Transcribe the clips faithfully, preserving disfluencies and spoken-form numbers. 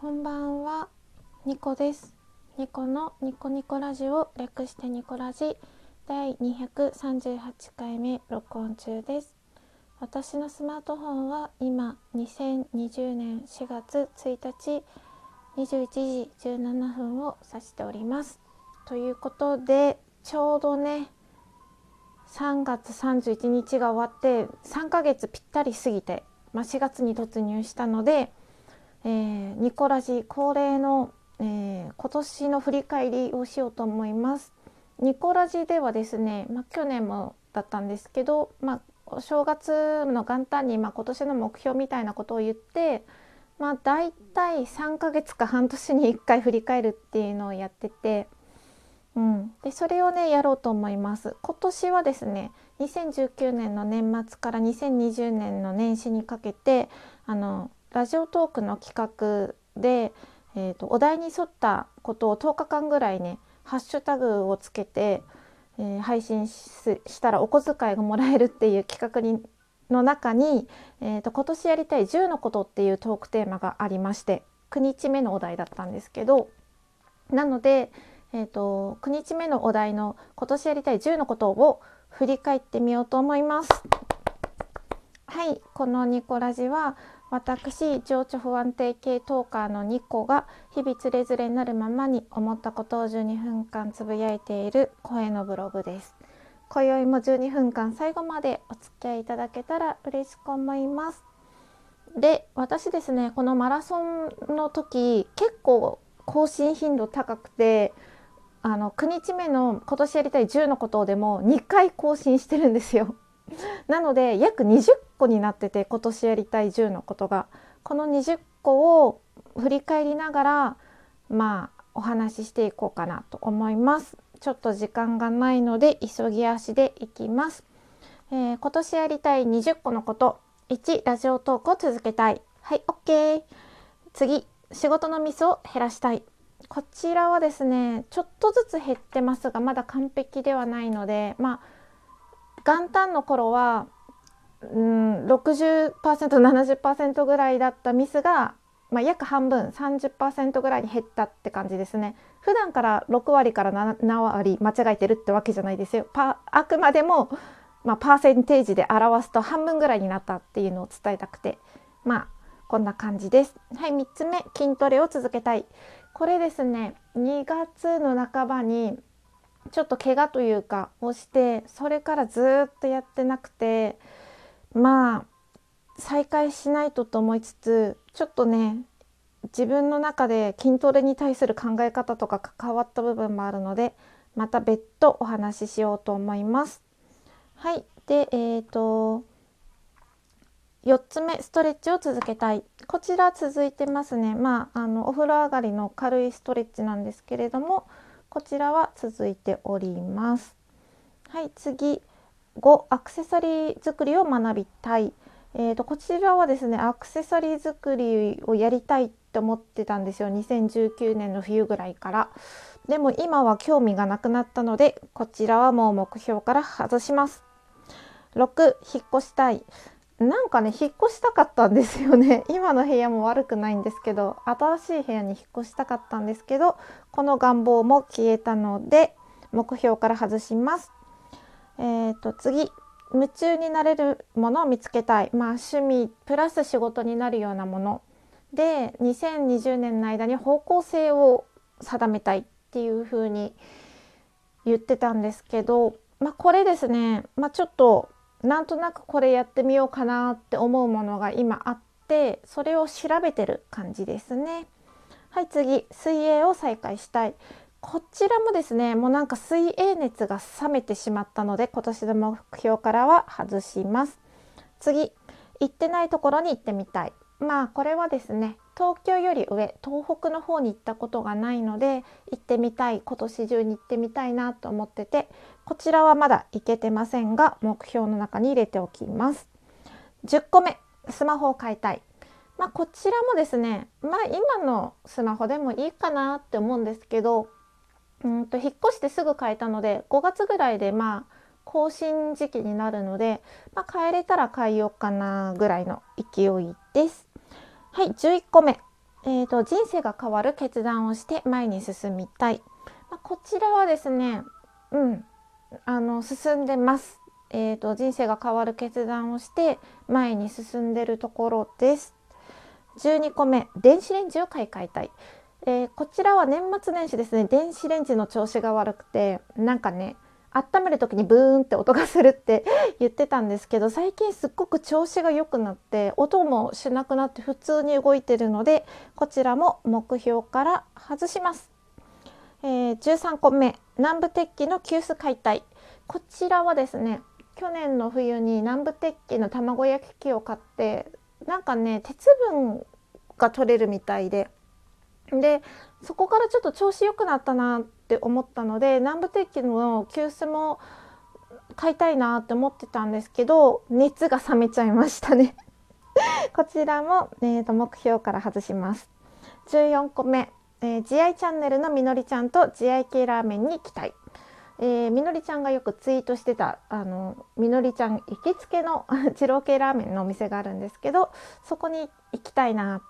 こんばんは、ニコです。ニコのニコニコラジオ、略してニコラジだいにひゃくさんじゅうはちかいめ録音中です。私のスマートフォンは今にせんにじゅうねんしがつついたちにじゅういちじじゅうななふんを指しております。ということで、ちょうどねさんがつさんじゅういちにちが終わってさんかげつぴったり過ぎて、まあ、しがつに突入したので、えー、ニコラジ恒例の、えー、今年の振り返りをしようと思います。ニコラジではですね、まあ、去年もだったんですけど、まあ、お正月の元旦に、まあ、今年の目標みたいなことを言って、まあ、だいたいさんかげつか半年にいっかい振り返るっていうのをやってて、うん、でそれをねやろうと思います。今年はですね、にせんじゅうきゅうねんの年末からにせんにじゅうねんの年始にかけて、あのラジオトークの企画で、えーと、お題に沿ったことをとおかかんぐらいねハッシュタグをつけて、えー、配信 し, したらお小遣いがもらえるっていう企画にの中に、えーと、今年やりたいじゅうのことっていうトークテーマがありまして、くにちめのお題だったんですけど、なので、えーと、くにちめのお題の今年やりたいじゅうのことを振り返ってみようと思います。はい、このニコラジは私情緒不安定系トーカーのニコが日々つれづれになるままに思ったことをじゅうにふんかんつぶやいている声のブログです。今宵もじゅうにふんかん最後までお付き合いいただけたら嬉しく思います。で、私ですね、このマラソンの時結構更新頻度高くて、あのくにちめの今年やりたいじゅうのことでもにかい更新してるんですよ。なので約にじゅっこになってて、今年やりたいじゅうのことが、このにじゅっこを振り返りながらまあお話ししていこうかなと思います。ちょっと時間がないので急ぎ足でいきます。えー、今年やりたいにじゅっこのこと。いち、ラジオトークを続けたい。はい、 OK。 次、仕事のミスを減らしたい。こちらはですね、ちょっとずつ減ってますがまだ完璧ではないので、まあ元旦の頃は、うん、ろくじゅっパーセント、ななじゅっパーセント ぐらいだったミスが、まあ、約半分 さんじゅっパーセント ぐらいに減ったって感じですね。普段からろくわりからななわり間違えてるってわけじゃないですよ。パあくまでも、まあ、パーセンテージで表すと半分ぐらいになったっていうのを伝えたくて、まあこんな感じです。はい、みっつめ、筋トレを続けたい。これですね、にがつの半ばにちょっと怪我というかをして、それからずっとやってなくて、まあ再開しないとと思いつつ、ちょっとね自分の中で筋トレに対する考え方とか変わった部分もあるので、また別途お話ししようと思います。はい、でえーとよっつめ、ストレッチを続けたい。こちら続いてますね。まああのお風呂上がりの軽いストレッチなんですけれども、こちらは続いております。はい、次、ご、アクセサリー作りを学びたい。えーと、こちらはですね、アクセサリー作りをやりたいって思ってたんですよ。にせんじゅうきゅうねんの冬ぐらいから。でも今は興味がなくなったので、こちらはもう目標から外します。ろく、引っ越したい。なんかね、引っ越したかったんですよね。今の部屋も悪くないんですけど、新しい部屋に引っ越したかったんですけど、この願望も消えたので目標から外します。えーと次、夢中になれるものを見つけたい。まあ趣味プラス仕事になるようなもので、にせんにじゅうねんの間に方向性を定めたいっていう風に言ってたんですけど、まあこれですね、まあちょっとなんとなくこれやってみようかなって思うものが今あって、それを調べてる感じですね。はい、次、水泳を再開したい。こちらもですね、もうなんか水泳熱が冷めてしまったので、今年の目標からは外します。次、行ってないところに行ってみたい。まあこれはですね、東京より上、東北の方に行ったことがないので行ってみたい、今年中に行ってみたいなと思ってて、こちらはまだ行けてませんが目標の中に入れておきます。じゅっこめ、スマホを変えたい。まあこちらもですね、まあ今のスマホでもいいかなって思うんですけど、うんと引っ越してすぐ変えたので、ごがつぐらいでまあ更新時期になるので、まあ、変えれたら変えようかなぐらいの勢いです。はい、じゅういっこめ、 えーと、人生が変わる決断をして前に進みたい。まあ、こちらはですね、うん、あの進んでます。えーと、人生が変わる決断をして前に進んでるところです。じゅうにこめ、電子レンジを買い替えたい。えー、こちらは年末年始ですね、電子レンジの調子が悪くて、なんかね、温める時にブーンって音がするって言ってたんですけど、最近すっごく調子が良くなって音もしなくなって普通に動いてるので、こちらも目標から外します。えー、じゅうさんこめ、南部鉄器の急須解体。こちらはですね、去年の冬に南部鉄器の卵焼き器を買って、なんかね、鉄分が取れるみたいで、でそこからちょっと調子良くなったなって思ったので、南部鉄器の急須も買いたいなって思ってたんですけど、熱が冷めちゃいましたねこちらも、えーと、目標から外します。じゅうよんこめ、えー、慈愛チャンネルのみのりちゃんと慈愛系ラーメンに行きたい。えー、みのりちゃんがよくツイートしてたあのみのりちゃん行きつけの二郎系ラーメンのお店があるんですけど、そこに行きたいなって、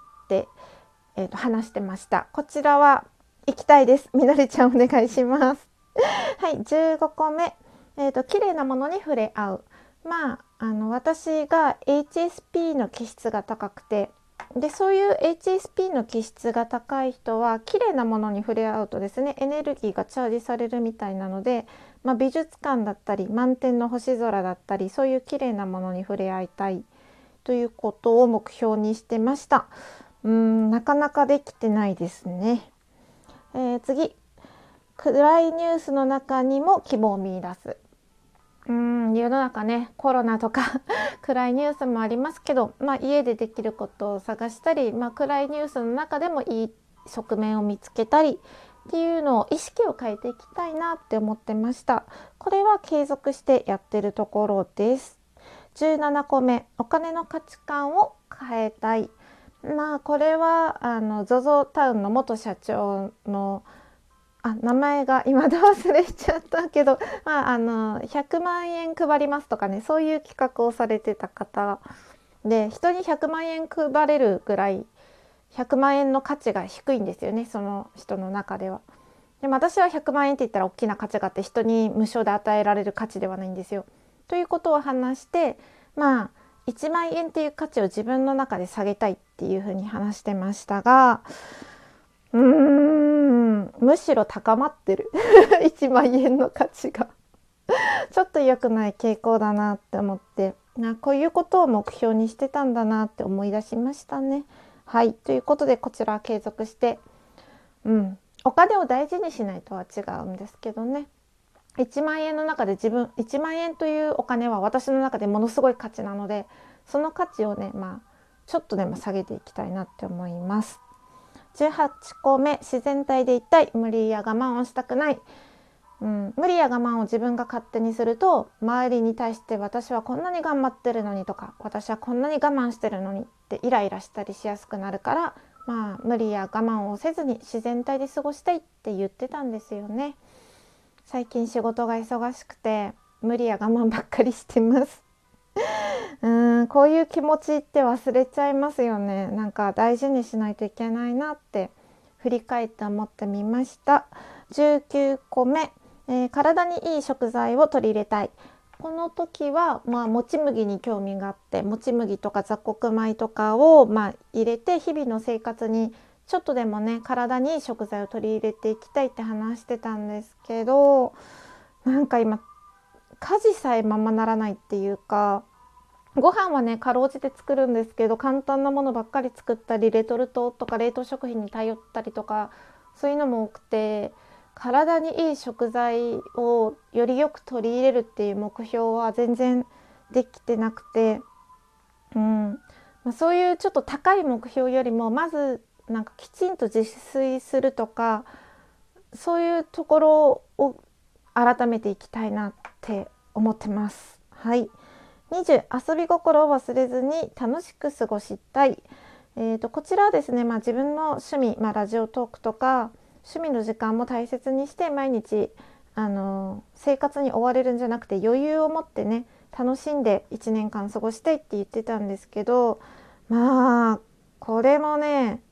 えー、と話してました。こちらは行きたいです。みのりちゃんお願いしますはい、じゅうごこめ、えーと、綺麗なものに触れ合う。まあ、あの私が エイチエスピー の気質が高くて、でそういう エイチエスピー の気質が高い人は綺麗なものに触れ合うとですね、エネルギーがチャージされるみたいなので、まあ、美術館だったり満天の星空だったり、そういう綺麗なものに触れ合いたいということを目標にしてました。うーん、なかなかできてないですね。えー、次、暗いニュースの中にも希望を見出す。うーん、世の中ね、コロナとか暗いニュースもありますけど、まあ、家でできることを探したり、まあ、暗いニュースの中でもいい側面を見つけたりっていうのを意識を変えていきたいなって思ってました。これは継続してやってるところです。じゅうななこめ、お金の価値観を変えたい。まあこれはあの ゾゾ タウンの元社長のあ名前が今で忘れちゃったけど、まあ、あのひゃくまんえん配りますとかね、そういう企画をされてた方で、人にひゃくまんえん配れるぐらいひゃくまんえんの価値が低いんですよね、その人の中では。でも私はひゃくまんえんって言ったら大きな価値があって、人に無償で与えられる価値ではないんですよ。ということを話して、まあいちまんえんっていう価値を自分の中で下げたいっていうふうに話してましたが、うーん、むしろ高まってるいちまんえんの価値がちょっと良くない傾向だなって思って、なこういうことを目標にしてたんだなって思い出しましたね。はい、ということでこちらは継続して、うん、お金を大事にしないとは違うんですけどね、いちまんえんの中で自分いちまんえんというお金は私の中でものすごい価値なので、その価値をね、まあちょっとでも下げていきたいなって思います。じゅうはちこめ、自然体でいたい。無理や我慢をしたくない。うん、無理や我慢を自分が勝手にすると、周りに対して私はこんなに頑張ってるのにとか、私はこんなに我慢してるのにってイライラしたりしやすくなるから、まあ無理や我慢をせずに自然体で過ごしたいって言ってたんですよね。最近仕事が忙しくて無理や我慢ばっかりしてますうーん、こういう気持ちって忘れちゃいますよね。なんか大事にしないといけないなって振り返って思ってみました。じゅうきゅうこめ、えー、体にいい食材を取り入れたい。この時は、まあ、もち麦に興味があって、もち麦とか雑穀米とかを、まあ、入れて日々の生活にちょっとでもね、体にいい食材を取り入れていきたいって話してたんですけど、なんか今家事さえままならないっていうか、ご飯はねかろうじて作るんですけど、簡単なものばっかり作ったり、レトルトとか冷凍食品に頼ったりとか、そういうのも多くて、体にいい食材をよりよく取り入れるっていう目標は全然できてなくて、うんまあ、そういうちょっと高い目標よりも、まずなんかきちんと自炊するとか、そういうところを改めていきたいなって思ってます。はい。にじゅう、遊び心を忘れずに楽しく過ごしたい。えーと、こちらはですね、まあ、自分の趣味、まあ、ラジオトークとか趣味の時間も大切にして、毎日あの生活に追われるんじゃなくて、余裕を持ってね楽しんでいちねんかん過ごしたいって言ってたんですけど、まあこれもね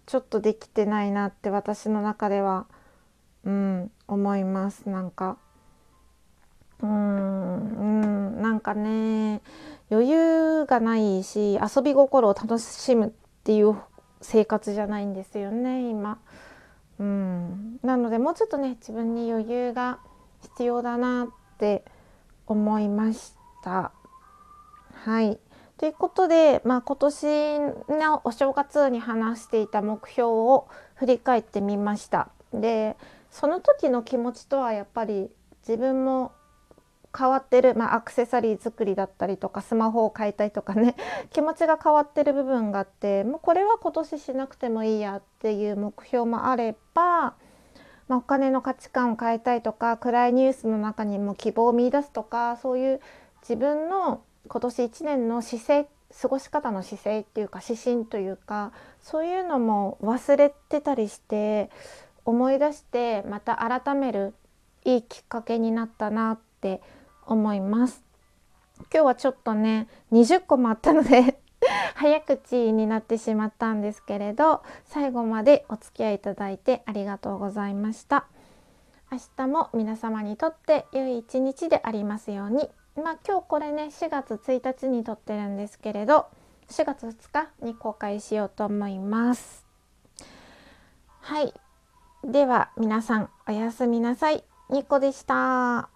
ちょっとできてないなって私の中では、うん、思います。なんかうーん、うん、なんかね、余裕がないし遊び心を楽しむっていう生活じゃないんですよね今。うん、なのでもうちょっとね自分に余裕が必要だなって思いました。はい。ということで、まあ、今年のお正月に話していた目標を振り返ってみました。で、その時の気持ちとはやっぱり自分も変わってる、まあ、アクセサリー作りだったりとかスマホを買いたいとかね気持ちが変わってる部分があって、もうこれは今年しなくてもいいやっていう目標もあれば、まあ、お金の価値観を変えたいとか暗いニュースの中にも希望を見出すとか、そういう自分の今年いちねんの姿勢過ごし方の姿勢っていうか指針というか、そういうのも忘れてたりして思い出してまた改めるいいきっかけになったなって思います。今日はちょっとねにじゅっこもあったので早口になってしまったんですけれど、最後までお付き合いいただいてありがとうございました。明日も皆様にとって良い一日でありますように。まあ今日これねしがつついたちに撮ってるんですけれど、しがつふつかに公開しようと思います。はい、では皆さんおやすみなさい。ニコでした。